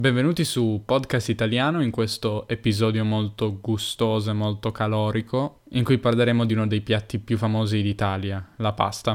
Benvenuti su Podcast Italiano in questo episodio molto gustoso e molto calorico in cui parleremo di uno dei piatti più famosi d'Italia, la pasta.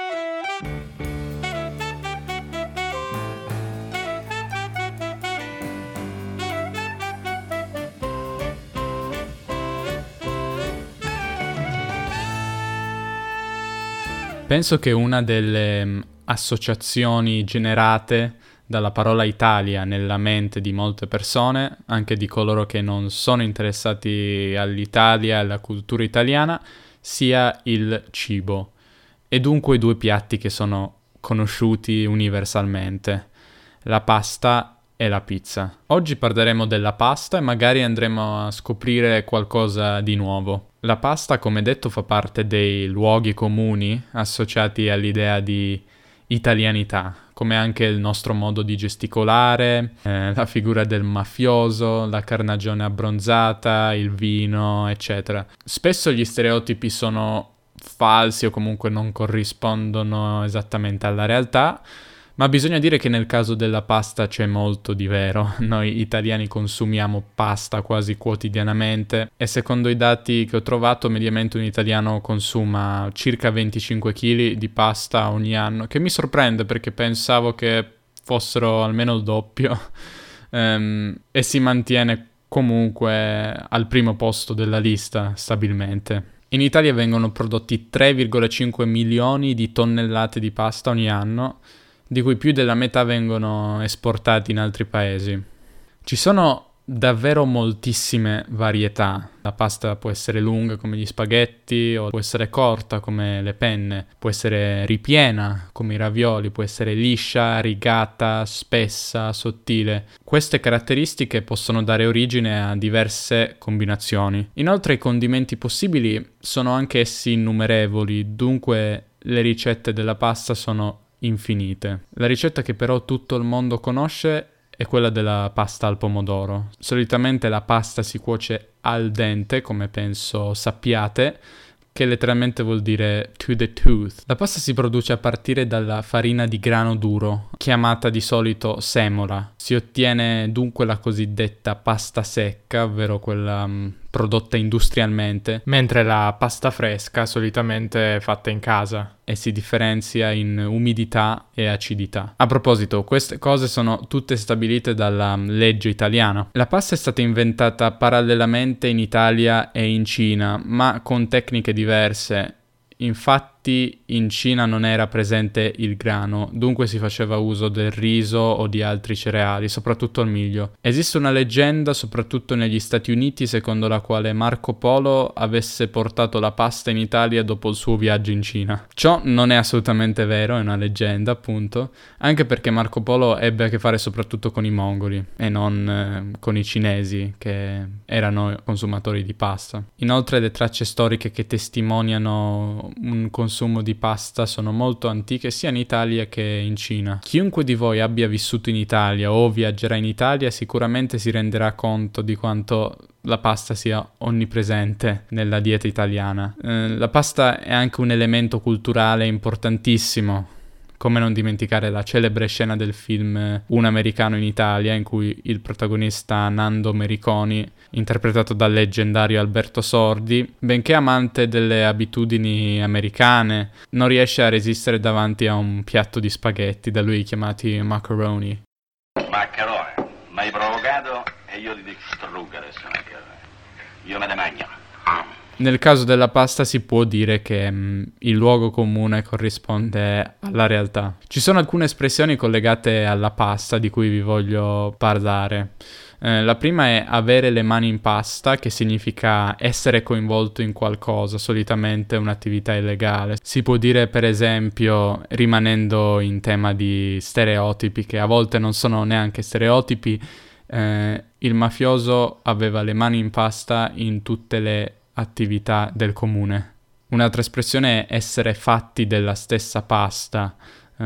Penso che una delle associazioni generate dalla parola Italia nella mente di molte persone, anche di coloro che non sono interessati all'Italia e alla cultura italiana, sia il cibo, e dunque i due piatti che sono conosciuti universalmente, la pasta e la pizza. Oggi parleremo della pasta e magari andremo a scoprire qualcosa di nuovo. La pasta, come detto, fa parte dei luoghi comuni associati all'idea di italianità, come anche il nostro modo di gesticolare, la figura del mafioso, la carnagione abbronzata, il vino, eccetera. Spesso gli stereotipi sono falsi o comunque non corrispondono esattamente alla realtà, ma bisogna dire che nel caso della pasta c'è molto di vero. Noi italiani consumiamo pasta quasi quotidianamente e secondo i dati che ho trovato mediamente un italiano consuma circa 25 kg di pasta ogni anno, che mi sorprende perché pensavo che fossero almeno il doppio e si mantiene comunque al primo posto della lista stabilmente. In Italia vengono prodotti 3,5 milioni di tonnellate di pasta ogni anno, di cui più della metà vengono esportati in altri paesi. Ci sono davvero moltissime varietà. La pasta può essere lunga come gli spaghetti, o può essere corta come le penne, può essere ripiena come i ravioli, può essere liscia, rigata, spessa, sottile. Queste caratteristiche possono dare origine a diverse combinazioni. Inoltre i condimenti possibili sono anche essi innumerevoli, dunque le ricette della pasta sono infinite. La ricetta che però tutto il mondo conosce è quella della pasta al pomodoro. Solitamente la pasta si cuoce al dente, come penso sappiate, che letteralmente vuol dire to the tooth. La pasta si produce a partire dalla farina di grano duro, chiamata di solito semola. Si ottiene dunque la cosiddetta pasta secca, ovvero quella prodotta industrialmente, mentre la pasta fresca solitamente è fatta in casa e si differenzia in umidità e acidità. A proposito, queste cose sono tutte stabilite dalla legge italiana. La pasta è stata inventata parallelamente in Italia e in Cina, ma con tecniche diverse. Infatti in Cina non era presente il grano, dunque si faceva uso del riso o di altri cereali, soprattutto il miglio. Esiste una leggenda, soprattutto negli Stati Uniti, secondo la quale Marco Polo avesse portato la pasta in Italia dopo il suo viaggio in Cina. Ciò non è assolutamente vero, è una leggenda, appunto, anche perché Marco Polo ebbe a che fare soprattutto con i mongoli e non con i cinesi, che erano consumatori di pasta. Inoltre le tracce storiche che testimoniano un consumo di pasta sono molto antiche sia in Italia che in Cina. Chiunque di voi abbia vissuto in Italia o viaggerà in Italia sicuramente si renderà conto di quanto la pasta sia onnipresente nella dieta italiana. La pasta è anche un elemento culturale importantissimo. Come non dimenticare la celebre scena del film Un americano in Italia, in cui il protagonista Nando Mericoni, interpretato dal leggendario Alberto Sordi, benché amante delle abitudini americane, non riesce a resistere davanti a un piatto di spaghetti, da lui chiamati macaroni. Maccherone, mi hai provocato e io ti distruggo adesso, maccherone. Io me ne mangio. Nel caso della pasta si può dire che il luogo comune corrisponde alla realtà. Ci sono alcune espressioni collegate alla pasta di cui vi voglio parlare. La prima è avere le mani in pasta, che significa essere coinvolto in qualcosa, solitamente un'attività illegale. Si può dire, per esempio, rimanendo in tema di stereotipi, che a volte non sono neanche stereotipi, il mafioso aveva le mani in pasta in tutte le attività del comune. Un'altra espressione è essere fatti della stessa pasta,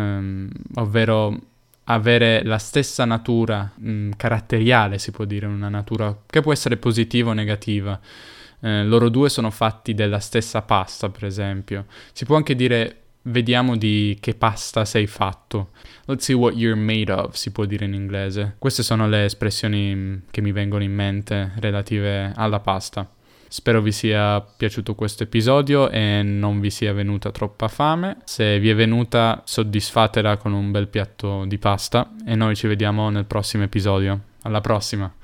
ovvero avere la stessa natura caratteriale, si può dire, una natura che può essere positiva o negativa. Loro due sono fatti della stessa pasta, per esempio. Si può anche dire vediamo di che pasta sei fatto. Let's see what you're made of, si può dire in inglese. Queste sono le espressioni che mi vengono in mente relative alla pasta. Spero vi sia piaciuto questo episodio e non vi sia venuta troppa fame. Se vi è venuta, soddisfatela con un bel piatto di pasta e noi ci vediamo nel prossimo episodio. Alla prossima!